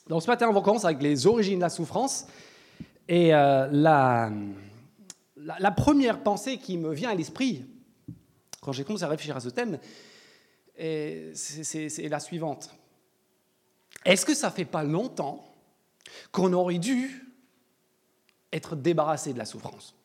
Donc ce matin, on commence avec les origines de la souffrance. Et la première pensée qui me vient à l'esprit, quand j'ai commencé à réfléchir à ce thème, c'est la suivante. Est-ce que ça fait pas longtemps qu'on aurait dû être débarrassé de la souffrance?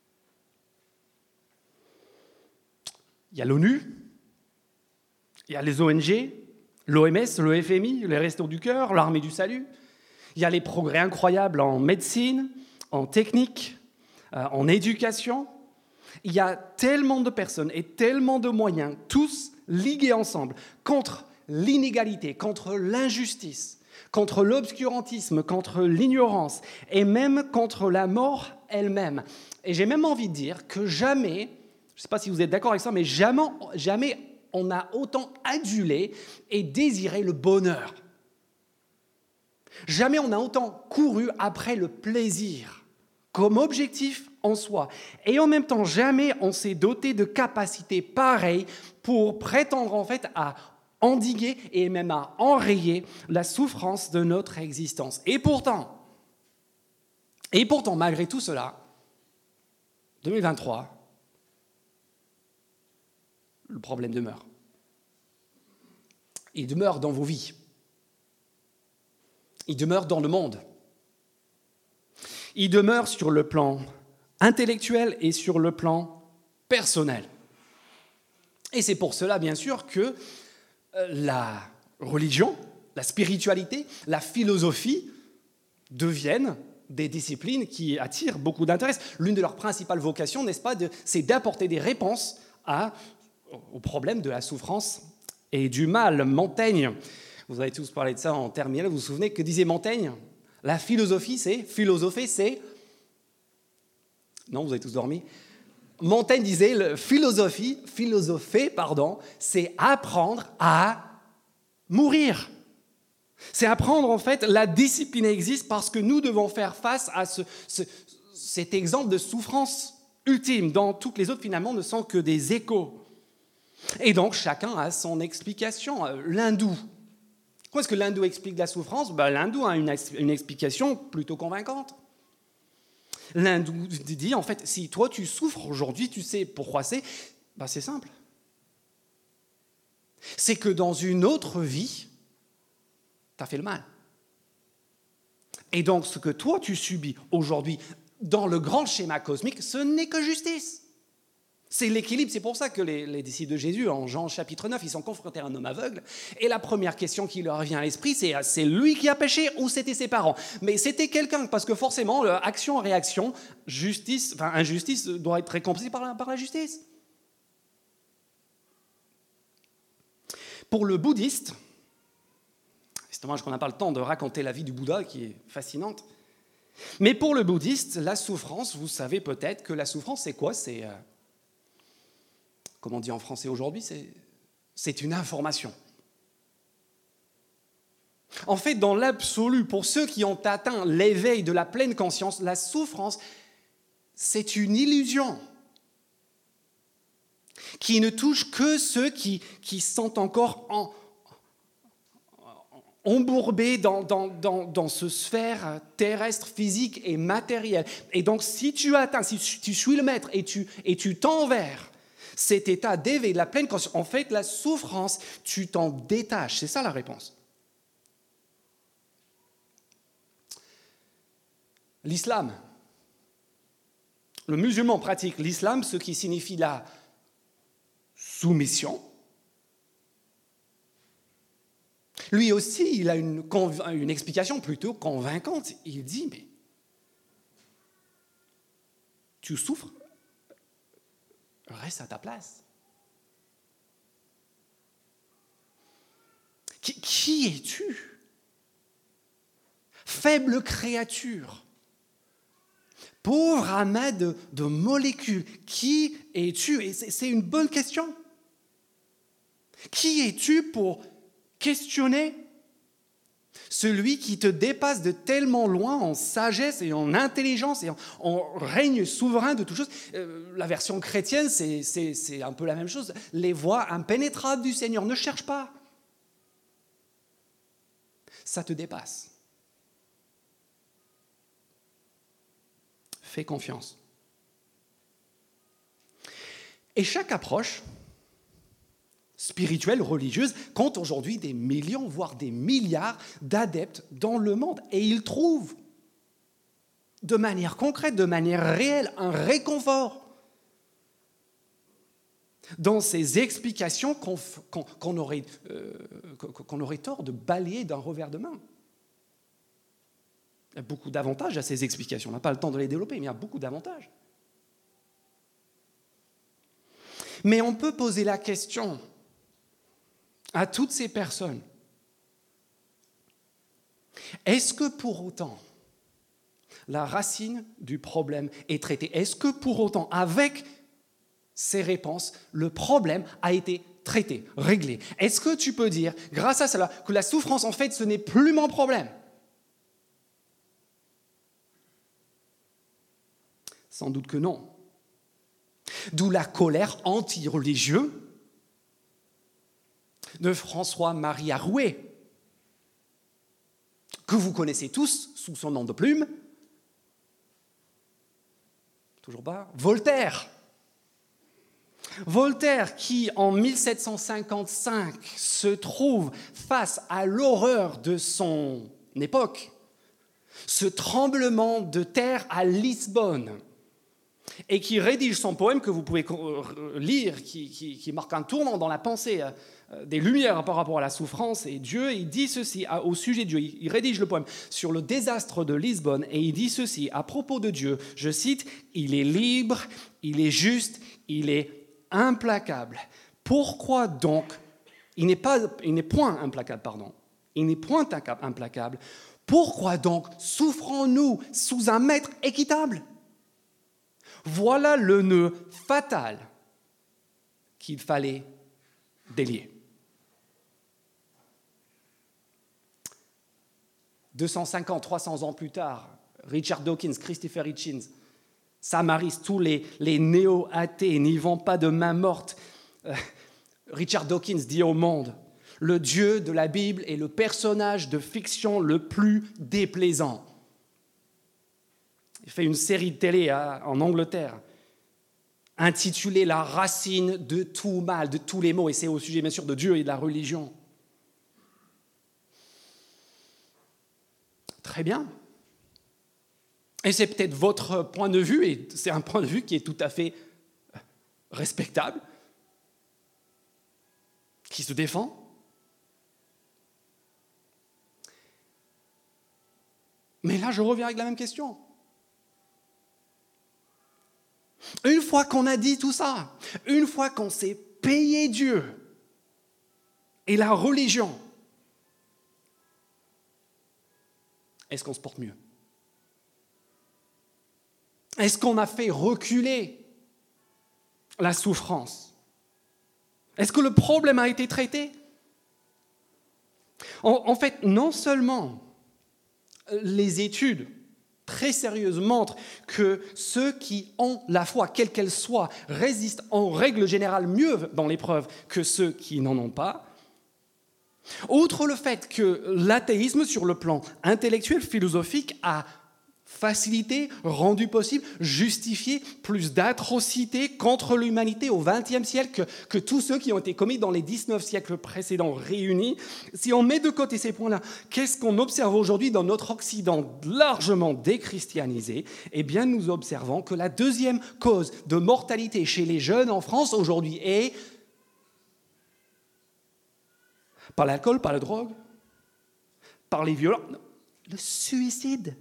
Il y a l'ONU, il y a les ONG, l'OMS, le FMI, les Restos du Cœur, l'Armée du Salut. Il y a les progrès incroyables en médecine, en technique, en éducation. Il y a tellement de personnes et tellement de moyens, tous ligués ensemble, contre l'inégalité, contre l'injustice, contre l'obscurantisme, contre l'ignorance et même contre la mort elle-même. Et j'ai même envie de dire que jamais, je ne sais pas si vous êtes d'accord avec ça, mais jamais on a autant adulé et désiré le bonheur. Jamais on a autant couru après le plaisir comme objectif en soi. Et en même temps, jamais on s'est doté de capacités pareilles pour prétendre en fait à endiguer et même à enrayer la souffrance de notre existence. Et pourtant, malgré tout cela, 2023, le problème demeure. Il demeure dans vos vies. Il demeure dans le monde. Il demeure sur le plan intellectuel et sur le plan personnel. Et c'est pour cela, bien sûr, que la religion, la spiritualité, la philosophie deviennent des disciplines qui attirent beaucoup d'intérêt. L'une de leurs principales vocations, n'est-ce pas, c'est d'apporter des réponses au problème de la souffrance et du mal. Montaigne, vous avez tous parlé de ça en terminale, vous vous souvenez que disait Montaigne? La philosophie, c'est... Philosopher, c'est... Non, vous avez tous dormi. Montaigne disait, philosopher, c'est apprendre à mourir. C'est apprendre, en fait, la discipline existe parce que nous devons faire face à cet exemple de souffrance ultime, dont toutes les autres, finalement, ne sont que des échos. Et donc, chacun a son explication. L'hindou. Comment est-ce que l'hindou explique la souffrance? L'hindou a une explication plutôt convaincante. L'hindou dit, en fait, si toi tu souffres aujourd'hui, tu sais pourquoi c'est? C'est simple. C'est que dans une autre vie, tu as fait le mal. Et donc, ce que toi tu subis aujourd'hui, dans le grand schéma cosmique, ce n'est que justice. C'est l'équilibre, c'est pour ça que les disciples de Jésus, en Jean chapitre 9, ils sont confrontés à un homme aveugle. Et la première question qui leur vient à l'esprit, c'est lui qui a péché ou c'était ses parents? Mais c'était quelqu'un, parce que forcément, action-réaction, injustice doit être récompensée par la justice. Pour le bouddhiste, c'est dommage qu'on n'a pas le temps de raconter la vie du Bouddha, qui est fascinante, mais pour le bouddhiste, la souffrance, vous savez peut-être que la souffrance, c'est quoi? C'est... Comme on dit en français aujourd'hui, c'est une information. En fait, dans l'absolu, pour ceux qui ont atteint l'éveil de la pleine conscience, la souffrance, c'est une illusion qui ne touche que ceux qui sont encore embourbés dans ce sphère terrestre, physique et matérielle. Et donc, si tu suis le maître et tu tends vers cet état d'éveil de la pleine conscience, en fait, la souffrance, tu t'en détaches. C'est ça la réponse. L'islam. Le musulman pratique l'islam, ce qui signifie la soumission. Lui aussi, il a une explication plutôt convaincante. Il dit, mais tu souffres? Reste à ta place. Qui es-tu? Faible créature, pauvre amas de molécules, qui es-tu? Et c'est une bonne question. Qui es-tu pour questionner celui qui te dépasse de tellement loin en sagesse et en intelligence et en règne souverain de toutes choses? La version chrétienne, c'est un peu la même chose. Les voies impénétrables du Seigneur, ne cherche pas. Ça te dépasse. fais confiance. Et chaque approche spirituelle, religieuse, compte aujourd'hui des millions, voire des milliards d'adeptes dans le monde. Et ils trouvent de manière concrète, de manière réelle, un réconfort dans ces explications qu'on aurait tort de balayer d'un revers de main. Il y a beaucoup d'avantages à ces explications. On n'a pas le temps de les développer, mais il y a beaucoup d'avantages. Mais on peut poser la question à toutes ces personnes. Est-ce que pour autant, la racine du problème est traitée? Est-ce que pour autant, avec ces réponses, le problème a été traité, réglé? Est-ce que tu peux dire, grâce à cela, que la souffrance, en fait, ce n'est plus mon problème? Sans doute que non. D'où la colère anti-religieuse de François-Marie Arouet, que vous connaissez tous sous son nom de plume. Toujours pas. Voltaire. Voltaire qui, en 1755, se trouve face à l'horreur de son époque, ce tremblement de terre à Lisbonne, et qui rédige son poème que vous pouvez lire, qui marque un tournant dans la pensée des Lumières par rapport à la souffrance et Dieu. Il dit ceci au sujet de Dieu. Il rédige le poème sur le désastre de Lisbonne et il dit ceci à propos de Dieu. Je cite, « Il est libre, il est juste, il est implacable. Pourquoi donc, il n'est point implacable, pardon. Il n'est point implacable. Pourquoi donc souffrons-nous sous un maître équitable ? Voilà le nœud fatal qu'il fallait délier. » 250, 300 ans plus tard, Richard Dawkins, Christopher Hitchens, Samaris, tous les néo-athées n'y vont pas de main morte. Richard Dawkins dit au monde, le Dieu de la Bible est le personnage de fiction le plus déplaisant. Il fait une série de télé en Angleterre intitulée « La racine de tout mal », de tous les maux, et c'est au sujet bien sûr de Dieu et de la religion. Très bien. Et c'est peut-être votre point de vue, et c'est un point de vue qui est tout à fait respectable, qui se défend. Mais là, je reviens avec la même question. Une fois qu'on a dit tout ça, une fois qu'on s'est payé Dieu et la religion, est-ce qu'on se porte mieux ? Est-ce qu'on a fait reculer la souffrance ? Est-ce que le problème a été traité ? En fait, non seulement les études très sérieuses montrent que ceux qui ont la foi, quelle qu'elle soit, résistent en règle générale mieux dans l'épreuve que ceux qui n'en ont pas. Outre le fait que l'athéisme, sur le plan intellectuel, philosophique, a facilité, rendu possible, justifié plus d'atrocités contre l'humanité au XXe siècle que tous ceux qui ont été commis dans les 19 siècles précédents réunis. Si on met de côté ces points-là, qu'est-ce qu'on observe aujourd'hui dans notre Occident largement déchristianisé ? Eh bien, nous observons que la deuxième cause de mortalité chez les jeunes en France aujourd'hui est par l'alcool, par la drogue, par les violences, le suicide.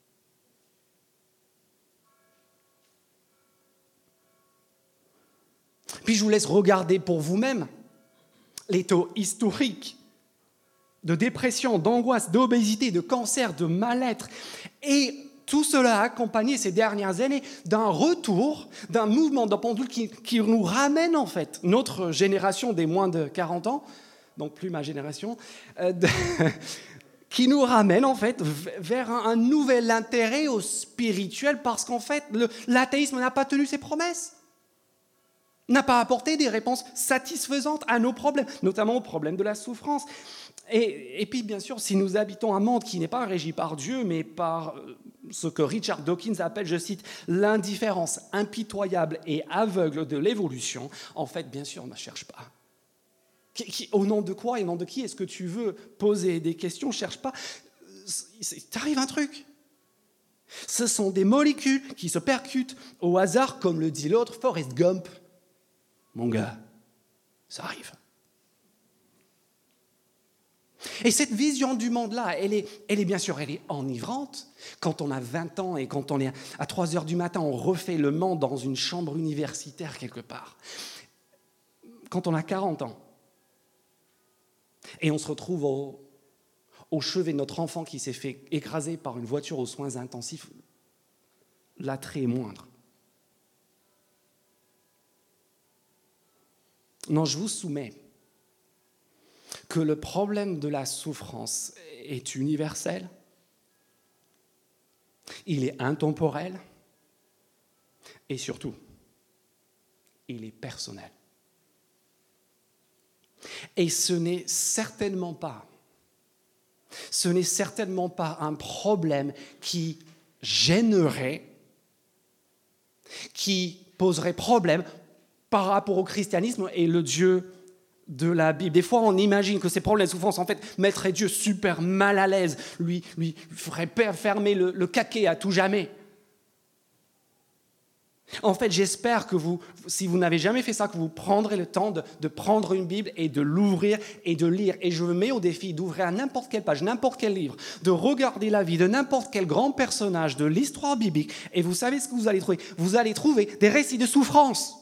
Puis je vous laisse regarder pour vous-même les taux historiques de dépression, d'angoisse, d'obésité, de cancer, de mal-être. Et tout cela a accompagné ces dernières années d'un retour, d'un mouvement de pendule qui nous ramène en fait, notre génération des moins de 40 ans, donc plus ma génération, qui nous ramène en fait vers un nouvel intérêt au spirituel parce qu'en fait l'athéisme n'a pas tenu ses promesses. N'a pas apporté des réponses satisfaisantes à nos problèmes, notamment au problème de la souffrance. Et puis, bien sûr, si nous habitons un monde qui n'est pas régi par Dieu, mais par ce que Richard Dawkins appelle, je cite, l'indifférence impitoyable et aveugle de l'évolution, en fait, bien sûr, on ne cherche pas. Au nom de quoi et au nom de qui est-ce que tu veux poser des questions? Cherche pas. T'arrive un truc. Ce sont des molécules qui se percutent au hasard, comme le dit l'autre, Forrest Gump. Mon gars, ça arrive. Et cette vision du monde-là, elle est bien sûr, elle est enivrante. Quand on a 20 ans et quand on est à 3 heures du matin, on refait le monde dans une chambre universitaire quelque part. Quand on a 40 ans, et on se retrouve au chevet de notre enfant qui s'est fait écraser par une voiture aux soins intensifs, l'attrait est moindre. Non, je vous soumets que le problème de la souffrance est universel, il est intemporel et surtout, il est personnel. Et ce n'est certainement pas un problème qui gênerait, qui poserait problème par rapport au christianisme et le Dieu de la Bible. Des fois, on imagine que ces problèmes de souffrance, en fait, mettraient Dieu super mal à l'aise, lui ferait fermer le caquet à tout jamais. En fait, j'espère que vous, si vous n'avez jamais fait ça, que vous prendrez le temps de prendre une Bible et de l'ouvrir et de lire. Et je me mets au défi d'ouvrir à n'importe quelle page, n'importe quel livre, de regarder la vie de n'importe quel grand personnage de l'histoire biblique. Et vous savez ce que vous allez trouver? Vous allez trouver des récits de souffrance.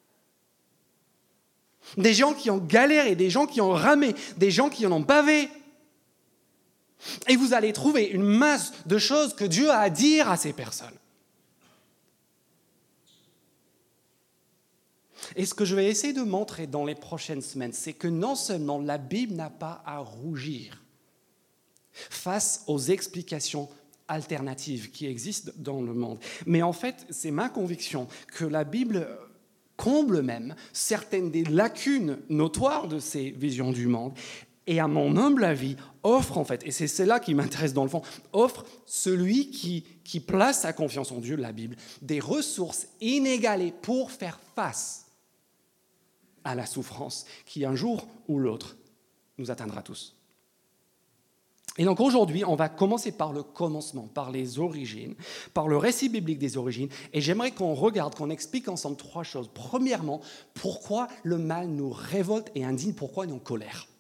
Des gens qui ont galéré, des gens qui ont ramé, des gens qui en ont bavé. Et vous allez trouver une masse de choses que Dieu a à dire à ces personnes. Et ce que je vais essayer de montrer dans les prochaines semaines, c'est que non seulement la Bible n'a pas à rougir face aux explications alternatives qui existent dans le monde, mais en fait, c'est ma conviction que la Bible comble même certaines des lacunes notoires de ces visions du monde et, à mon humble avis, offre en fait, et c'est cela qui m'intéresse dans le fond, offre celui qui place sa confiance en Dieu, la Bible, des ressources inégalées pour faire face à la souffrance qui, un jour ou l'autre, nous atteindra tous. Et donc aujourd'hui, on va commencer par le commencement, par les origines, par le récit biblique des origines, et j'aimerais qu'on regarde, qu'on explique ensemble 3 choses. Premièrement, pourquoi le mal nous révolte et indigne, pourquoi il est en colère.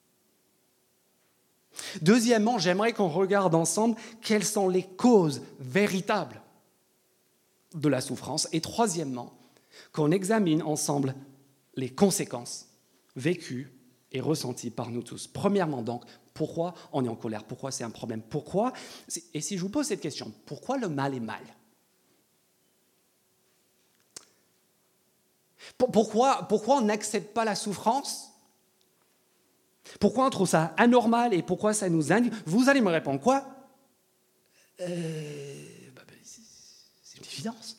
Deuxièmement, j'aimerais qu'on regarde ensemble quelles sont les causes véritables de la souffrance. Et troisièmement, qu'on examine ensemble les conséquences vécues et ressenties par nous tous. Premièrement donc, pourquoi on est en colère? Pourquoi c'est un problème? Pourquoi? Et si je vous pose cette question, pourquoi le mal est mal? Pourquoi on n'accepte pas la souffrance? Pourquoi on trouve ça anormal et pourquoi ça nous indigne? Vous allez me répondre quoi? C'est une évidence.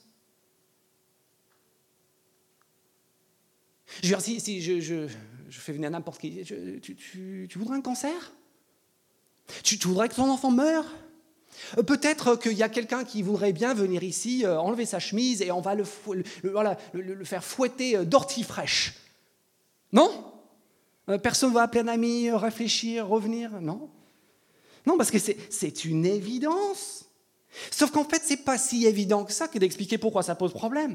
Je veux dire, si je fais venir n'importe qui, tu voudrais un cancer? Tu voudrais que ton enfant meure? Peut-être qu'il y a quelqu'un qui voudrait bien venir ici, enlever sa chemise et on va le faire fouetter d'orties fraîches. Non? Personne ne va appeler un ami, réfléchir, revenir? Non? Non, parce que c'est une évidence. Sauf qu'en fait, ce n'est pas si évident que ça que d'expliquer pourquoi ça pose problème.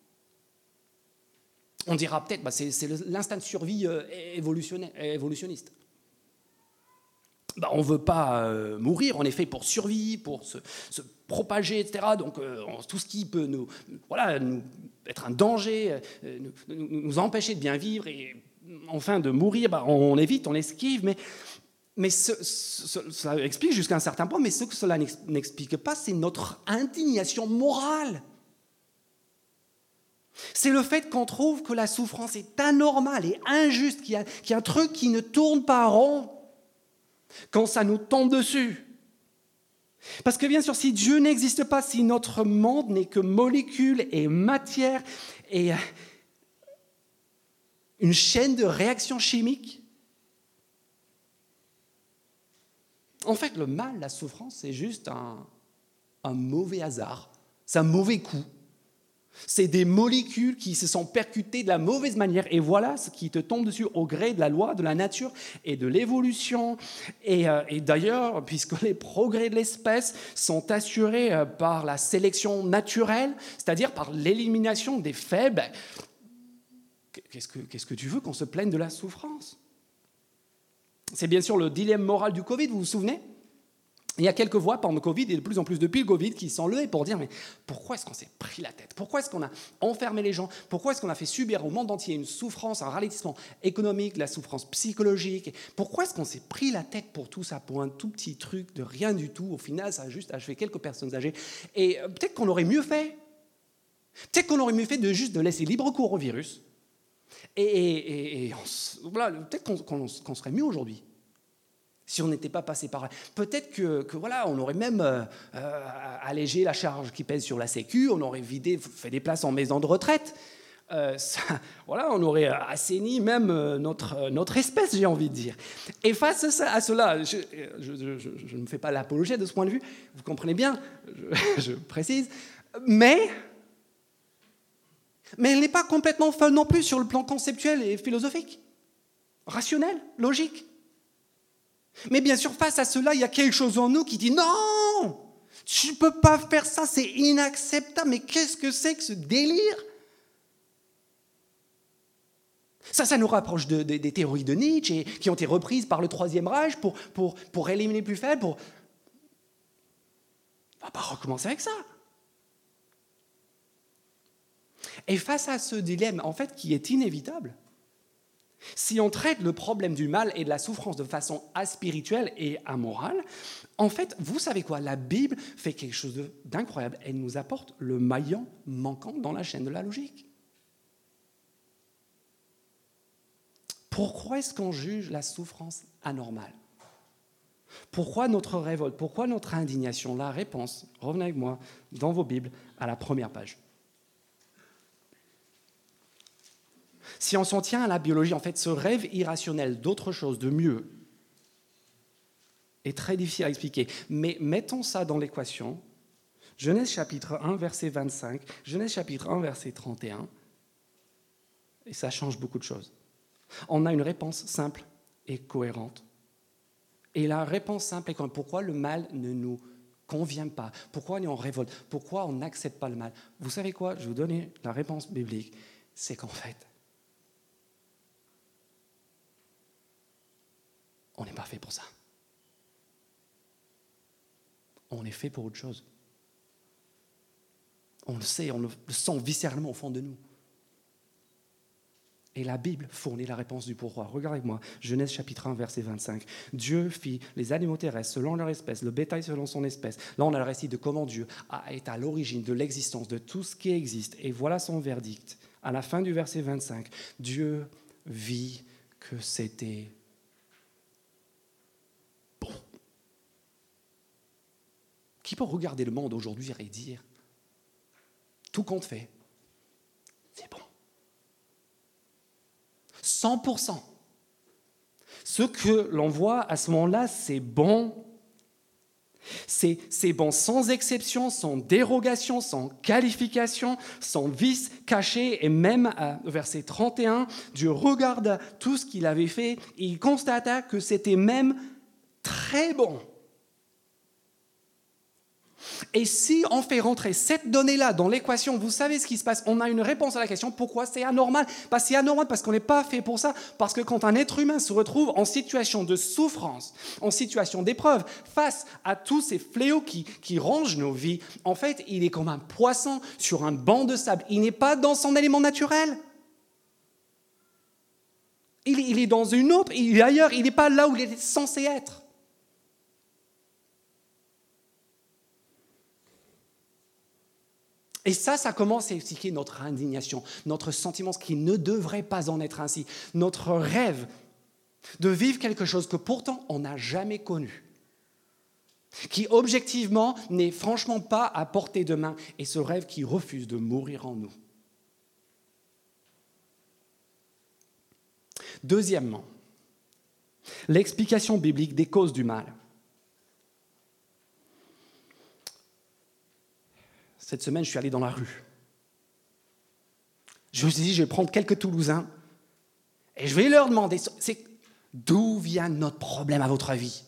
On dira peut-être, c'est l'instinct de survie évolutionniste. On ne veut pas mourir, on est fait pour survivre, pour se propager, etc. Donc tout ce qui peut nous être un danger, nous empêcher de bien vivre et enfin de mourir, on évite, on esquive, mais cela explique jusqu'à un certain point, mais ce que cela n'explique pas, c'est notre indignation morale. C'est le fait qu'on trouve que la souffrance est anormale et injuste, qu'il y a un truc qui ne tourne pas rond quand ça nous tombe dessus. Parce que bien sûr, si Dieu n'existe pas, si notre monde n'est que molécules et matière et une chaîne de réactions chimiques, en fait, le mal, la souffrance, c'est juste un un mauvais hasard, c'est un mauvais coup. C'est des molécules qui se sont percutées de la mauvaise manière et voilà ce qui te tombe dessus au gré de la loi de la nature et de l'évolution. Et d'ailleurs, puisque les progrès de l'espèce sont assurés par la sélection naturelle, c'est-à-dire par l'élimination des faibles, qu'est-ce que tu veux qu'on se plaigne de la souffrance ? C'est bien sûr le dilemme moral du Covid, vous vous souvenez ? Il y a quelques voix pendant le Covid, et de plus en plus depuis le Covid, qui sont levées pour dire mais pourquoi est-ce qu'on s'est pris la tête ? Pourquoi est-ce qu'on a enfermé les gens ? Pourquoi est-ce qu'on a fait subir au monde entier une souffrance, un ralentissement économique, la souffrance psychologique ? Pourquoi est-ce qu'on s'est pris la tête pour tout ça, pour un tout petit truc de rien du tout ? Au final, ça a juste achevé quelques personnes âgées. Et peut-être qu'on aurait mieux fait. Peut-être qu'on aurait mieux fait de laisser libre cours au virus. Voilà, peut-être qu'on serait mieux aujourd'hui. Si on n'était pas passé par là. Peut-être que voilà, on aurait même allégé la charge qui pèse sur la Sécu, on aurait fait des places en maison de retraite. Voilà, on aurait assaini même notre espèce, j'ai envie de dire. Et face à cela, je ne fais pas l'apologie de ce point de vue, vous comprenez bien, je précise, mais elle n'est pas complètement folle non plus sur le plan conceptuel et philosophique, rationnel, logique. Mais bien sûr, face à cela, il y a quelque chose en nous qui dit « Non, tu ne peux pas faire ça, c'est inacceptable. Mais qu'est-ce que c'est que ce délire ?» Ça nous rapproche des théories de Nietzsche qui ont été reprises par le Troisième Reich pour éliminer les plus faibles. On ne va pas recommencer avec ça. Et face à ce dilemme, en fait, qui est inévitable, si on traite le problème du mal et de la souffrance de façon aspirituelle et amorale, en fait, vous savez quoi ? La Bible fait quelque chose d'incroyable. Elle nous apporte le maillon manquant dans la chaîne de la logique. Pourquoi est-ce qu'on juge la souffrance anormale ? Pourquoi notre révolte ? Pourquoi notre indignation ? La réponse, revenez avec moi dans vos Bibles à la première page. Si on s'en tient à la biologie, en fait, ce rêve irrationnel d'autre chose, de mieux, est très difficile à expliquer. Mais mettons ça dans l'équation. Genèse chapitre 1, verset 25, Genèse chapitre 1, verset 31, et ça change beaucoup de choses. On a une réponse simple et cohérente. Et la réponse simple est pourquoi le mal ne nous convient pas ? Pourquoi on est en révolte ? Pourquoi on n'accepte pas le mal ? Vous savez quoi ? Je vais vous donner la réponse biblique. C'est qu'en fait, on n'est pas fait pour ça. On est fait pour autre chose. On le sait, on le sent viscéralement au fond de nous. Et la Bible fournit la réponse du pourquoi. Regardez avec moi, Genèse chapitre 1, verset 25. Dieu fit les animaux terrestres selon leur espèce, le bétail selon son espèce. Là, on a le récit de comment Dieu est à l'origine de l'existence de tout ce qui existe. Et voilà son verdict. À la fin du verset 25, Dieu vit que c'était bon. Qui peut regarder le monde aujourd'hui et dire, tout compte fait, c'est bon. 100%. Ce que l'on voit à ce moment-là, c'est bon. C'est bon sans exception, sans dérogation, sans qualification, sans vice caché. Et même au verset 31, Dieu regarda tout ce qu'il avait fait et il constata que c'était même très bon. Et si on fait rentrer cette donnée-là dans l'équation, vous savez ce qui se passe. On a une réponse à la question pourquoi c'est anormal. C'est anormal parce qu'on n'est pas fait pour ça. Parce que quand un être humain se retrouve en situation de souffrance, en situation d'épreuve, face à tous ces fléaux qui rongent nos vies, en fait, il est comme un poisson sur un banc de sable. Il n'est pas dans son élément naturel. Il est dans une autre, il est ailleurs, il n'est pas là où il est censé être. Et ça commence à expliquer notre indignation, notre sentiment, ce qui ne devrait pas en être ainsi, notre rêve de vivre quelque chose que pourtant on n'a jamais connu, qui objectivement n'est franchement pas à portée de main, et ce rêve qui refuse de mourir en nous. Deuxièmement, l'explication biblique des causes du mal. cette semaine, je suis allé dans la rue. Je me suis dit, je vais prendre quelques Toulousains et je vais leur demander, d'où vient notre problème à votre avis?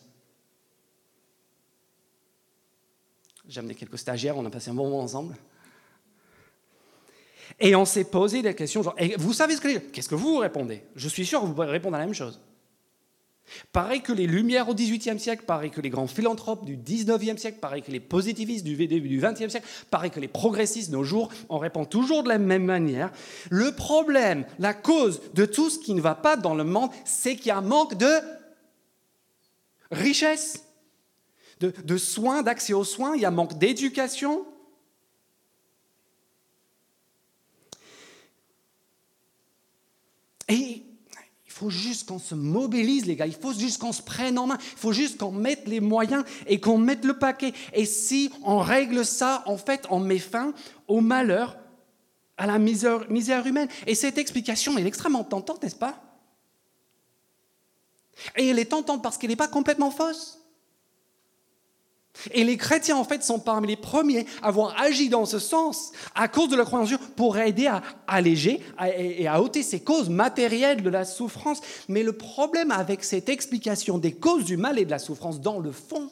J'ai amené quelques stagiaires, on a passé un bon moment ensemble. Et on s'est posé des questions, genre, et vous savez qu'est-ce que vous répondez? Je suis sûr que vous pourrez répondre à la même chose. Pareil que les Lumières au XVIIIe siècle, pareil que les grands philanthropes du XIXe siècle, pareil que les positivistes du début du XXe siècle, pareil que les progressistes de nos jours, on répond toujours de la même manière. Le problème, la cause de tout ce qui ne va pas dans le monde, c'est qu'il y a un manque de richesse, de soins, d'accès aux soins, il y a un manque d'éducation. Et il faut juste qu'on se mobilise, les gars. Il faut juste qu'on se prenne en main. Il faut juste qu'on mette les moyens et qu'on mette le paquet. Et si on règle ça, en fait, on met fin au malheur, à la misère humaine. Et cette explication, elle est extrêmement tentante, n'est-ce pas? Et elle est tentante parce qu'elle n'est pas complètement fausse. Et les chrétiens, en fait, sont parmi les premiers à avoir agi dans ce sens à cause de la croyance en Dieu pour aider à alléger et à ôter ces causes matérielles de la souffrance. Mais le problème avec cette explication des causes du mal et de la souffrance, dans le fond,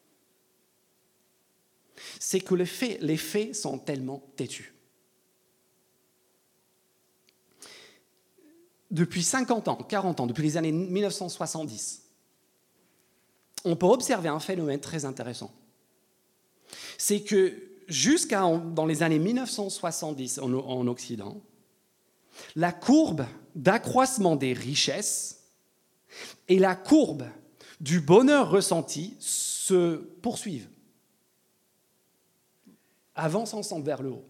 c'est que les faits sont tellement têtus. Depuis 50 ans, 40 ans, depuis les années 1970, on peut observer un phénomène très intéressant. C'est que dans les années 1970 en Occident, la courbe d'accroissement des richesses et la courbe du bonheur ressenti se poursuivent, avancent ensemble vers le haut.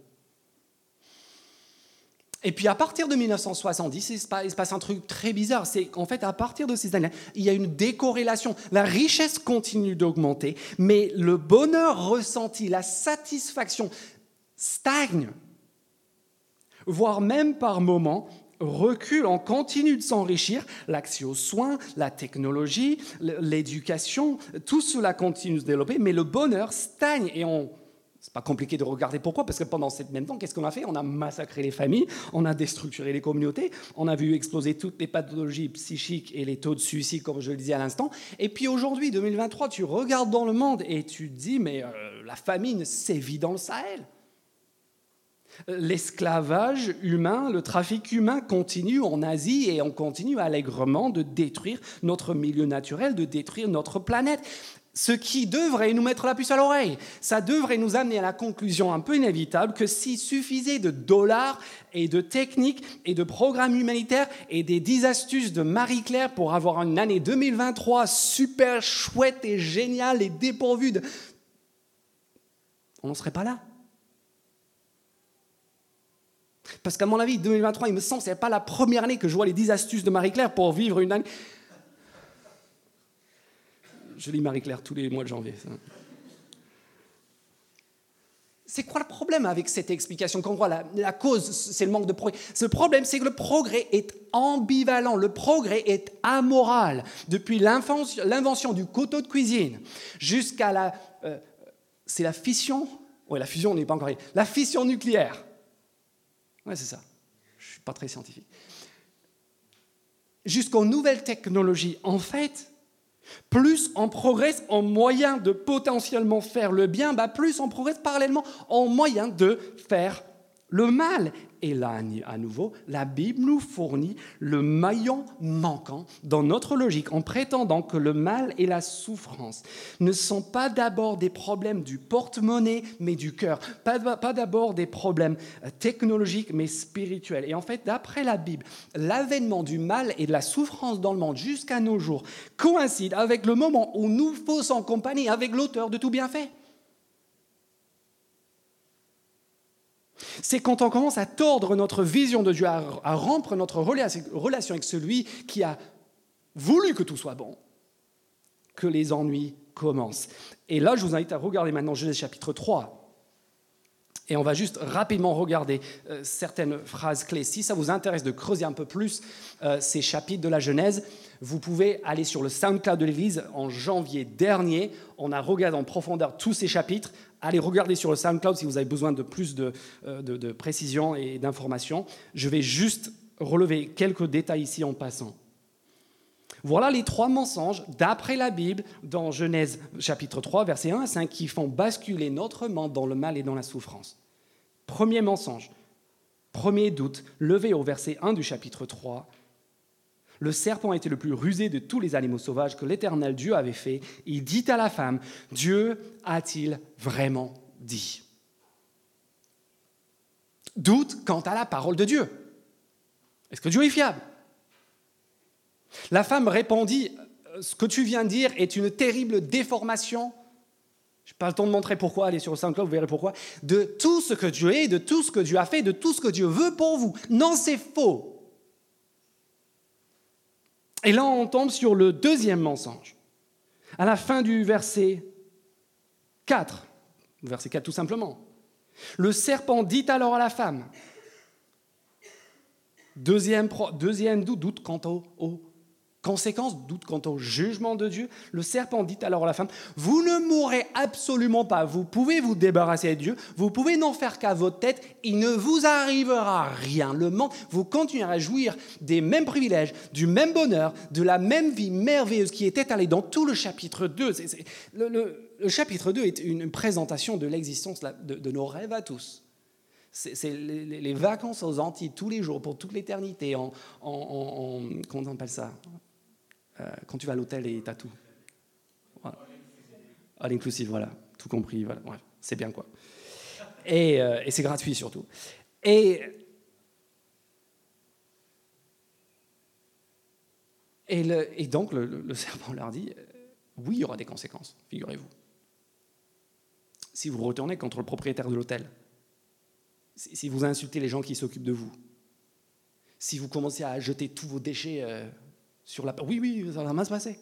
Et puis à partir de 1970, il se passe un truc très bizarre, c'est qu'en fait à partir de ces années, il y a une décorrélation. La richesse continue d'augmenter, mais le bonheur ressenti, la satisfaction stagne, voire même par moments recule. On continue de s'enrichir, l'accès aux soins, la technologie, l'éducation, tout cela continue de se développer, mais le bonheur stagne et c'est pas compliqué de regarder pourquoi, parce que pendant ce même temps, qu'est-ce qu'on a fait? On a massacré les familles, on a déstructuré les communautés, on a vu exploser toutes les pathologies psychiques et les taux de suicide, comme je le disais à l'instant. Et puis aujourd'hui, 2023, tu regardes dans le monde et tu te dis, mais la famine sévit dans le Sahel. L'esclavage humain, le trafic humain continue en Asie et on continue allègrement de détruire notre milieu naturel, de détruire notre planète. Ce qui devrait nous mettre la puce à l'oreille. Ça devrait nous amener à la conclusion un peu inévitable que s'il suffisait de dollars et de techniques et de programmes humanitaires et des 10 astuces de Marie-Claire pour avoir une année 2023 super chouette et géniale et dépourvue de... On n'en serait pas là. Parce qu'à mon avis, 2023, il me semble que ce n'est pas la première année que je vois les 10 astuces de Marie-Claire pour vivre une année... Je lis Marie-Claire tous les mois de janvier. Ça. C'est quoi le problème avec cette explication? Quand on voit la cause, c'est le manque de progrès. Ce problème, c'est que le progrès est ambivalent, le progrès est amoral. Depuis l'invention du couteau de cuisine jusqu'à c'est la fission. Oui, la fusion, on n'est pas encore arrivé. La fission nucléaire. Oui, c'est ça. Je ne suis pas très scientifique. Jusqu'aux nouvelles technologies, en fait... Plus on progresse en moyen de potentiellement faire le bien, plus on progresse parallèlement en moyen de faire le mal. Et là, à nouveau, la Bible nous fournit le maillon manquant dans notre logique en prétendant que le mal et la souffrance ne sont pas d'abord des problèmes du porte-monnaie, mais du cœur. Pas d'abord des problèmes technologiques, mais spirituels. Et en fait, d'après la Bible, l'avènement du mal et de la souffrance dans le monde jusqu'à nos jours coïncide avec le moment où nous faisons en compagnie avec l'auteur de tout bienfait. C'est quand on commence à tordre notre vision de Dieu, à rompre notre relation avec celui qui a voulu que tout soit bon, que les ennuis commencent. Et là, je vous invite à regarder maintenant Genèse chapitre 3. Et on va juste rapidement regarder certaines phrases clés. Si ça vous intéresse de creuser un peu plus ces chapitres de la Genèse, vous pouvez aller sur le SoundCloud de l'Église. En janvier dernier, on a regardé en profondeur tous ces chapitres. Allez regarder sur le SoundCloud si vous avez besoin de plus de précision et d'informations. Je vais juste relever quelques détails ici en passant. Voilà les 3 mensonges, d'après la Bible, dans Genèse chapitre 3, versets 1 à 5, qui font basculer notre monde dans le mal et dans la souffrance. Premier mensonge, premier doute, levé au verset 1 du chapitre 3. Le serpent était le plus rusé de tous les animaux sauvages que l'Éternel Dieu avait fait. Il dit à la femme, Dieu a-t-il vraiment dit ? Doute quant à la parole de Dieu. Est-ce que Dieu est fiable ? La femme répondit, ce que tu viens de dire est une terrible déformation. Je n'ai pas le temps de montrer pourquoi, allez sur le SoundCloud, vous verrez pourquoi. De tout ce que Dieu est, de tout ce que Dieu a fait, de tout ce que Dieu veut pour vous. Non, c'est faux. Et là, on tombe sur le deuxième mensonge. À la fin du verset 4, tout simplement. Le serpent dit alors à la femme, deuxième doute quant aux conséquences, doute quant au jugement de Dieu. Le serpent dit alors à la femme, vous ne mourrez absolument pas, vous pouvez vous débarrasser de Dieu, vous pouvez n'en faire qu'à votre tête, il ne vous arrivera rien. Le monde, vous continuerez à jouir des mêmes privilèges, du même bonheur, de la même vie merveilleuse qui est étalée dans tout le chapitre 2. Le chapitre 2 est une présentation de l'existence de nos rêves à tous. C'est les vacances aux Antilles tous les jours, pour toute l'éternité, comment on appelle ça ? Quand tu vas à l'hôtel et t'as tout. Voilà. All inclusive, voilà, tout compris, voilà. Ouais, c'est bien quoi. Et c'est gratuit surtout. Et donc le serpent leur dit, oui, il y aura des conséquences, figurez-vous. Si vous retournez contre le propriétaire de l'hôtel, si vous insultez les gens qui s'occupent de vous, si vous commencez à jeter tous vos déchets sur la... Oui, ça va mal se passer.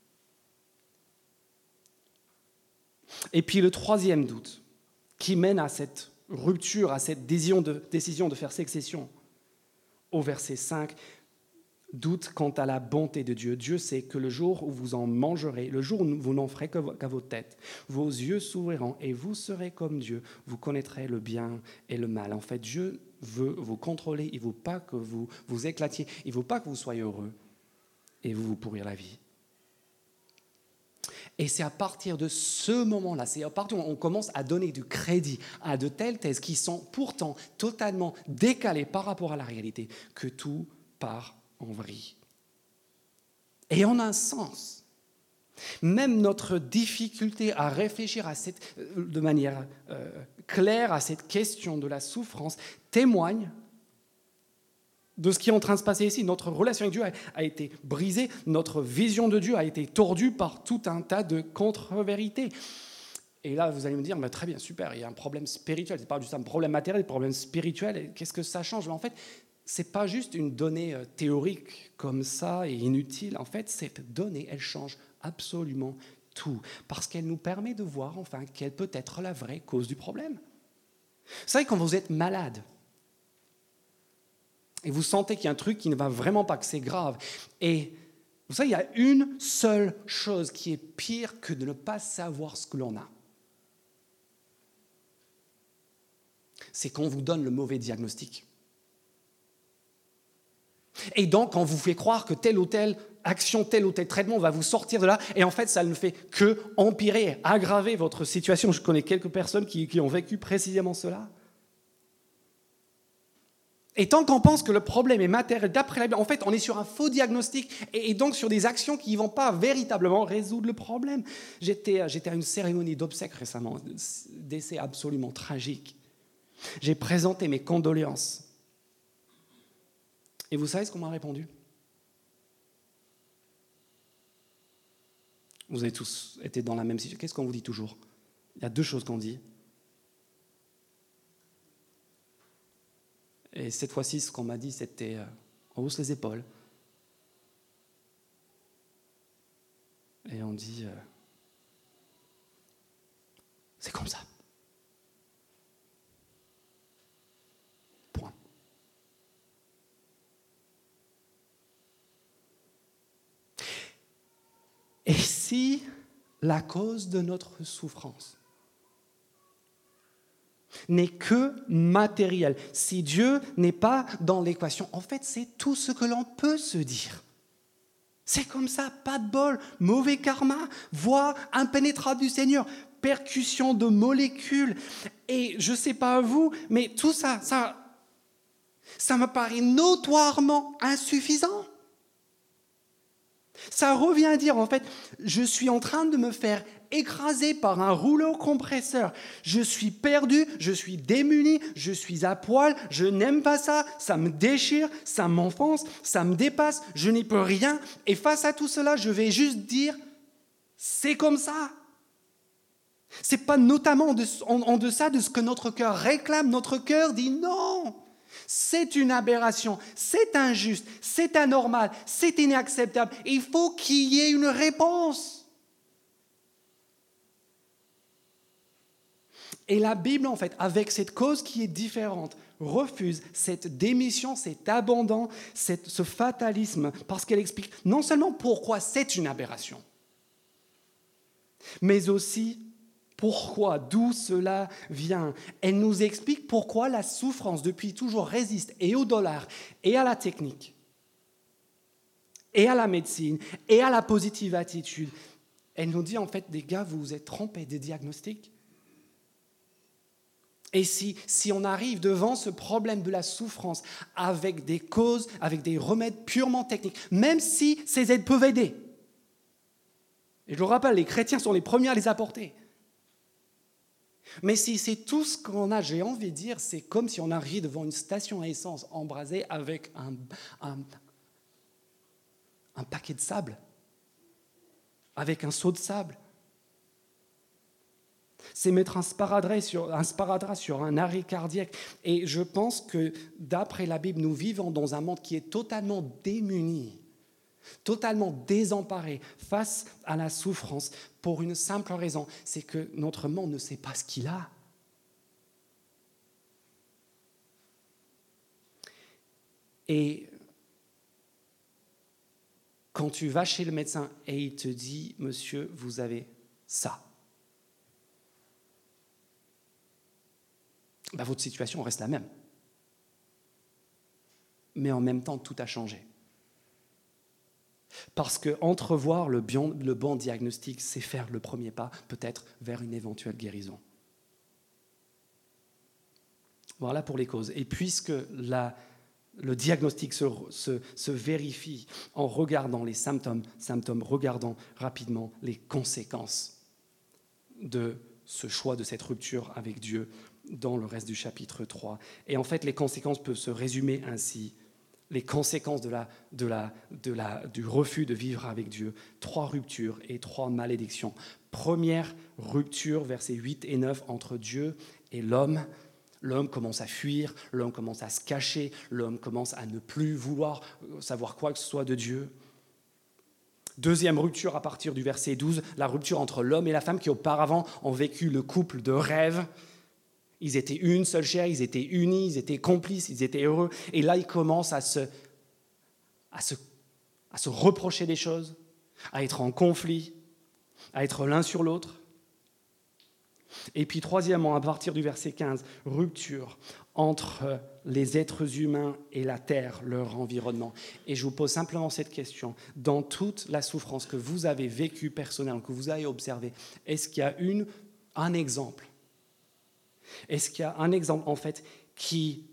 Et puis le troisième doute, qui mène à cette rupture, à cette décision de faire sécession, au verset 5, doute quant à la bonté de Dieu. Dieu sait que le jour où vous en mangerez, le jour où vous n'en ferez qu'à vos têtes, vos yeux s'ouvriront et vous serez comme Dieu. Vous connaîtrez le bien et le mal. En fait, Dieu veut vous contrôler. Il ne veut pas que vous vous éclatiez. Il ne veut pas que vous soyez heureux et vous pourrir la vie. Et c'est à partir de ce moment-là, c'est à partir où on commence à donner du crédit à de telles thèses qui sont pourtant totalement décalées par rapport à la réalité, que tout part en vrille. Et en un sens, même notre difficulté à réfléchir de manière claire à cette question de la souffrance témoigne de ce qui est en train de se passer ici. Notre relation avec Dieu a été brisée, notre vision de Dieu a été tordue par tout un tas de contre-vérités. Et là, vous allez me dire, bah, très bien, super, il y a un problème spirituel, c'est pas juste un problème matériel, un problème spirituel, et qu'est-ce que ça change ? Mais en fait, c'est pas juste une donnée théorique comme ça et inutile. En fait, cette donnée, elle change absolument tout, parce qu'elle nous permet de voir enfin quelle peut être la vraie cause du problème. Vous savez, quand vous êtes malade, et vous sentez qu'il y a un truc qui ne va vraiment pas, que c'est grave. Et vous savez, il y a une seule chose qui est pire que de ne pas savoir ce que l'on a. C'est qu'on vous donne le mauvais diagnostic. Et donc, on vous fait croire que telle ou telle action, tel ou tel traitement va vous sortir de là. Et en fait, ça ne fait que empirer, aggraver votre situation. Je connais quelques personnes qui ont vécu précisément cela. Et tant qu'on pense que le problème est matériel, d'après la Bible, en fait, on est sur un faux diagnostic et donc sur des actions qui ne vont pas véritablement résoudre le problème. J'étais à une cérémonie d'obsèques récemment, décès absolument tragique. J'ai présenté mes condoléances. Et vous savez ce qu'on m'a répondu ? Vous avez tous été dans la même situation. Qu'est-ce qu'on vous dit toujours ? Il y a deux choses qu'on dit. Et cette fois-ci, ce qu'on m'a dit, c'était on hausse les épaules. Et on dit c'est comme ça. Et si la cause de notre souffrance n'est que matérielle, si Dieu n'est pas dans l'équation, en fait, c'est tout ce que l'on peut se dire. C'est comme ça, pas de bol, mauvais karma, voix impénétrable du Seigneur, percussion de molécules. Et je ne sais pas vous, mais tout ça me paraît notoirement insuffisant. Ça revient à dire, en fait, je suis en train de me faire écraser par un rouleau compresseur. Je suis perdu, je suis démuni, je suis à poil, je n'aime pas ça, ça me déchire, ça m'enfonce, ça me dépasse, je n'y peux rien. Et face à tout cela, je vais juste dire, c'est comme ça. C'est pas notamment en deçà de ce que notre cœur réclame. Notre cœur dit non. C'est une aberration, c'est injuste, c'est anormal, c'est inacceptable. Il faut qu'il y ait une réponse. Et la Bible, en fait, avec cette cause qui est différente, refuse cette démission, cet abandon, ce fatalisme, parce qu'elle explique non seulement pourquoi c'est une aberration, mais aussi pourquoi, d'où cela vient. Elle nous explique pourquoi la souffrance depuis toujours résiste et au dollar, et à la technique, et à la médecine, et à la positive attitude. Elle nous dit en fait, les gars, vous vous êtes trompés des diagnostics. Et si on arrive devant ce problème de la souffrance avec des causes, avec des remèdes purement techniques, même si ces aides peuvent aider, et je le rappelle, les chrétiens sont les premiers à les apporter. Mais si c'est tout ce qu'on a, j'ai envie de dire, c'est comme si on arrive devant une station à essence embrasée avec un paquet de sable, avec un seau de sable. C'est mettre un sparadrap sur un arrêt cardiaque. Et je pense que, d'après la Bible, nous vivons dans un monde qui est totalement démuni, totalement désemparé face à la souffrance, pour une simple raison, c'est que notre monde ne sait pas ce qu'il a. Et quand tu vas chez le médecin et il te dit « Monsieur, vous avez ça », votre situation reste la même. Mais en même temps, tout a changé. Parce que entrevoir le bon diagnostic, c'est faire le premier pas, peut-être, vers une éventuelle guérison. Voilà pour les causes. Et puisque le diagnostic se vérifie en regardant les symptômes, regardons rapidement les conséquences de ce choix, de cette rupture avec Dieu dans le reste du chapitre 3. Et en fait, les conséquences peuvent se résumer ainsi. Les conséquences du refus de vivre avec Dieu. 3 ruptures et 3 malédictions. Première rupture, versets 8 et 9, entre Dieu et l'homme. L'homme commence à fuir, l'homme commence à se cacher, l'homme commence à ne plus vouloir savoir quoi que ce soit de Dieu. Deuxième rupture à partir du verset 12, la rupture entre l'homme et la femme qui auparavant ont vécu le couple de rêve. Ils étaient une seule chair, ils étaient unis, ils étaient complices, ils étaient heureux. Et là, ils commencent à se reprocher des choses, à être en conflit, à être l'un sur l'autre. Et puis troisièmement, à partir du verset 15, rupture entre les êtres humains et la terre, leur environnement. Et je vous pose simplement cette question. Dans toute la souffrance que vous avez vécue personnellement, que vous avez observée, est-ce qu'il y a un exemple ? Est-ce qu'il y a un exemple, en fait, qui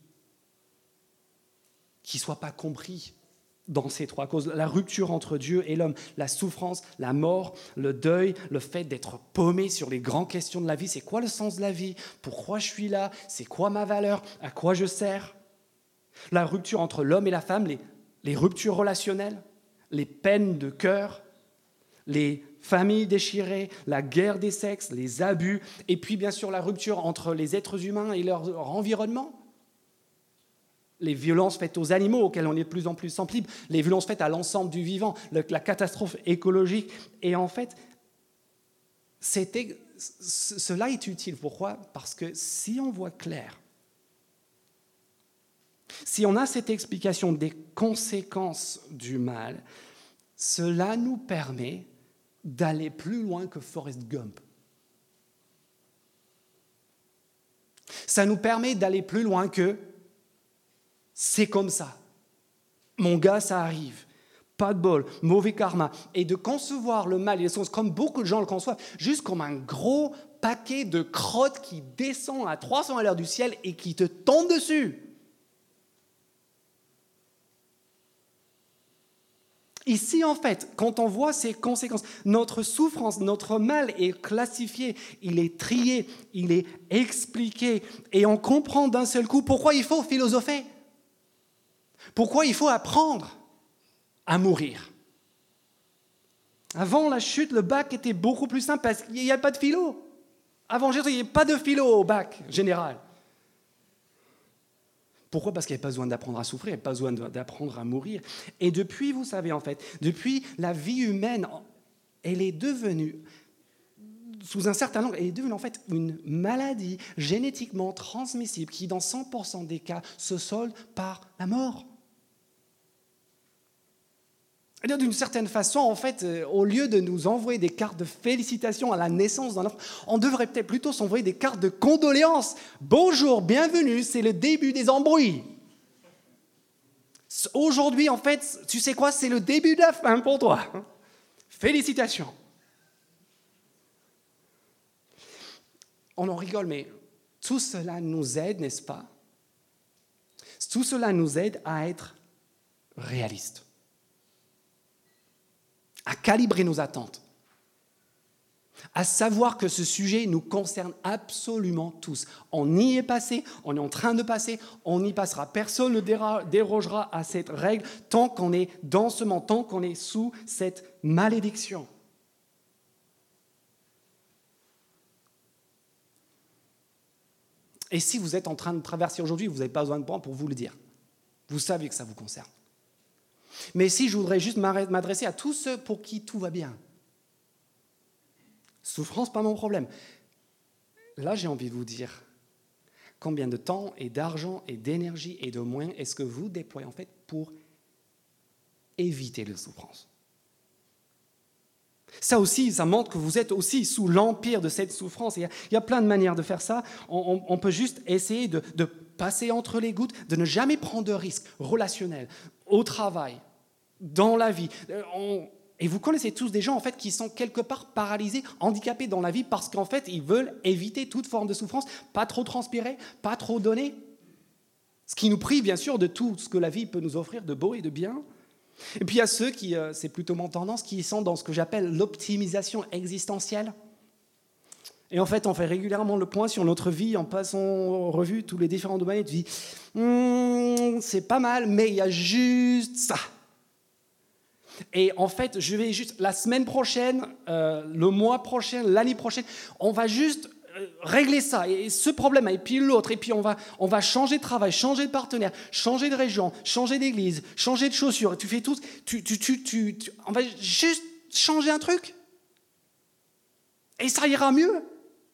ne soit pas compris dans ces 3 causes? La rupture entre Dieu et l'homme, la souffrance, la mort, le deuil, le fait d'être paumé sur les grandes questions de la vie. C'est quoi le sens de la vie? Pourquoi je suis là? C'est quoi ma valeur? À quoi je sers? La rupture entre l'homme et la femme, les ruptures relationnelles, les peines de cœur, les familles déchirées, la guerre des sexes, les abus, et puis bien sûr la rupture entre les êtres humains et leur environnement. Les violences faites aux animaux auxquelles on est de plus en plus sensible, les violences faites à l'ensemble du vivant, la catastrophe écologique. Et en fait, cela est utile. Pourquoi ? Parce que si on voit clair, si on a cette explication des conséquences du mal, cela nous permet d'aller plus loin que Forrest Gump. Ça nous permet d'aller plus loin que c'est comme ça. Mon gars, ça arrive. Pas de bol, mauvais karma. Et de concevoir le mal et les sens comme beaucoup de gens le conçoivent, juste comme un gros paquet de crottes qui descend à 300 à l'heure du ciel et qui te tombe dessus. Ici, en fait, quand on voit ces conséquences, notre souffrance, notre mal est classifié, il est trié, il est expliqué, et on comprend d'un seul coup pourquoi il faut philosopher, pourquoi il faut apprendre à mourir. Avant la chute, le bac était beaucoup plus simple parce qu'il n'y a pas de philo. Avant Jésus, il n'y avait pas de philo au bac général. Pourquoi ? Parce qu'il n'y avait pas besoin d'apprendre à souffrir, il n'y avait pas besoin d'apprendre à mourir. Et depuis, vous savez en fait, depuis la vie humaine, elle est devenue, sous un certain angle, elle est devenue en fait une maladie génétiquement transmissible qui, dans 100% des cas, se solde par la mort. C'est-à-dire, d'une certaine façon, en fait, au lieu de nous envoyer des cartes de félicitations à la naissance d'un enfant, on devrait peut-être plutôt s'envoyer des cartes de condoléances. Bonjour, bienvenue, c'est le début des embrouilles. Aujourd'hui, en fait, tu sais quoi, c'est le début de la fin pour toi. Félicitations. On en rigole, mais tout cela nous aide, n'est-ce pas ? Tout cela nous aide à être réalistes, à calibrer nos attentes, à savoir que ce sujet nous concerne absolument tous. On y est passé, on est en train de passer, on y passera. Personne ne dérogera à cette règle tant qu'on est dans ce monde, tant qu'on est sous cette malédiction. Et si vous êtes en train de traverser aujourd'hui, vous n'avez pas besoin de moi pour vous le dire. Vous savez que ça vous concerne. Mais si je voudrais juste m'adresser à tous ceux pour qui tout va bien. Souffrance, pas mon problème. Là, j'ai envie de vous dire, combien de temps et d'argent et d'énergie et de moyens est-ce que vous déployez en fait pour éviter la souffrance ? Ça aussi, ça montre que vous êtes aussi sous l'empire de cette souffrance. Il y a plein de manières de faire ça. On peut juste essayer de passer entre les gouttes, de ne jamais prendre de risques relationnels, au travail, dans la vie. Et vous connaissez tous des gens en fait, qui sont quelque part paralysés, handicapés dans la vie parce qu'en fait, ils veulent éviter toute forme de souffrance, pas trop transpirer, pas trop donner. Ce qui nous prive bien sûr de tout ce que la vie peut nous offrir de beau et de bien. Et puis il y a ceux qui, c'est plutôt mon tendance, qui sont dans ce que j'appelle l'optimisation existentielle. Et en fait, on fait régulièrement le point sur notre vie en passant en revue tous les différents domaines et tu dis c'est pas mal, mais il y a juste ça. Et en fait, je vais juste, la semaine prochaine, le mois prochain, l'année prochaine, on va juste régler ça, et ce problème, et puis l'autre, et puis on va changer de travail, changer de partenaire, changer de région, changer d'église, changer de chaussures, tu fais tout, on va juste changer un truc, et ça ira mieux.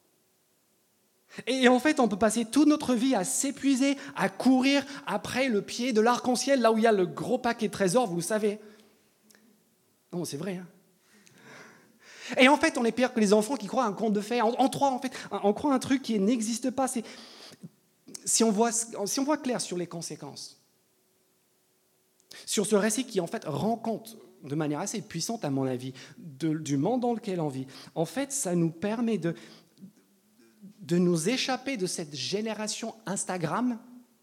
Et en fait, on peut passer toute notre vie à s'épuiser, à courir après le pied de l'arc-en-ciel, là où il y a le gros paquet de trésors, vous le savez. Non, c'est vrai, hein. Et en fait, on est pire que les enfants qui croient à un conte de fées. On croit à un truc qui n'existe pas. Si on voit clair sur les conséquences, sur ce récit qui, en fait, rend compte de manière assez puissante, à mon avis, du monde dans lequel on vit, en fait, ça nous permet de nous échapper de cette génération Instagram.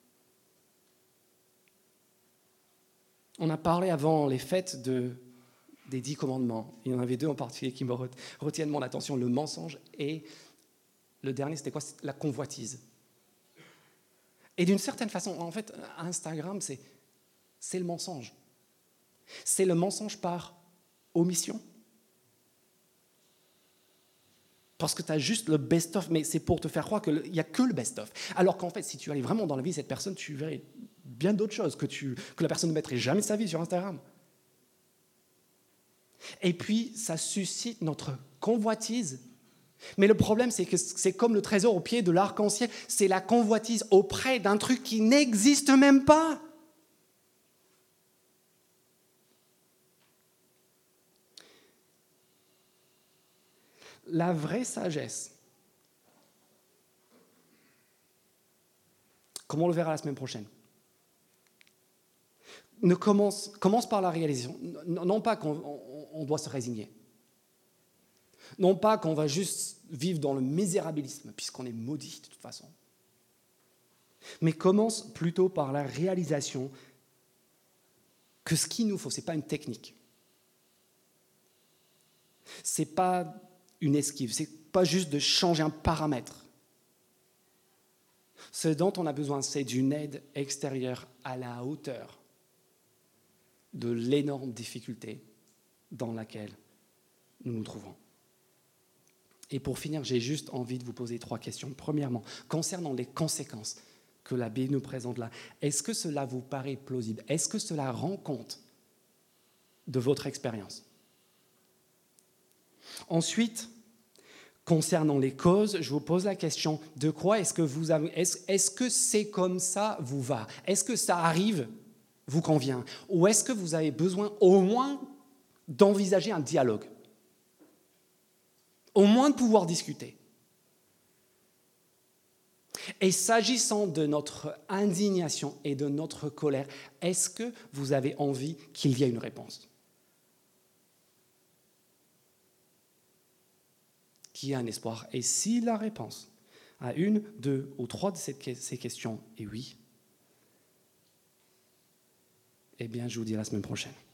On a parlé avant les fêtes des 10 commandements. Il y en avait 2 en particulier qui me retiennent mon attention, le mensonge et le dernier, c'était quoi ? La convoitise. Et d'une certaine façon, en fait, Instagram, c'est le mensonge. C'est le mensonge par omission. Parce que tu as juste le best-of, mais c'est pour te faire croire qu'il n'y a que le best-of. Alors qu'en fait, si tu allais vraiment dans la vie de cette personne, tu verrais bien d'autres choses que la personne ne mettrait jamais de sa vie sur Instagram. Et puis, ça suscite notre convoitise. Mais le problème, c'est que c'est comme le trésor au pied de l'arc-en-ciel. C'est la convoitise auprès d'un truc qui n'existe même pas. la vraie sagesse, comme on le verra la semaine prochaine, commence par la réalisation. Non pas qu'on doit se résigner. Non pas qu'on va juste vivre dans le misérabilisme, puisqu'on est maudit de toute façon. Mais commence plutôt par la réalisation que ce qu'il nous faut, ce n'est pas une technique. Ce n'est pas une esquive, ce n'est pas juste de changer un paramètre. Ce dont on a besoin, c'est d'une aide extérieure à la hauteur de l'énorme difficulté dans laquelle nous nous trouvons. Et pour finir, j'ai juste envie de vous poser 3 questions. Premièrement, concernant les conséquences que la Bible nous présente là, est-ce que cela vous paraît plausible? Est-ce que cela rend compte de votre expérience? Ensuite, concernant les causes, je vous pose la question, de quoi est-ce que c'est comme ça vous va? Est-ce que ça arrive, vous convient? Ou est-ce que vous avez besoin au moins d'envisager un dialogue? Au moins de pouvoir discuter. Et s'agissant de notre indignation et de notre colère, est-ce que vous avez envie qu'il y ait une réponse? Qu'il y ait un espoir. Et si la réponse à 1, 2 ou 3 de ces questions est oui, eh bien je vous dis à la semaine prochaine.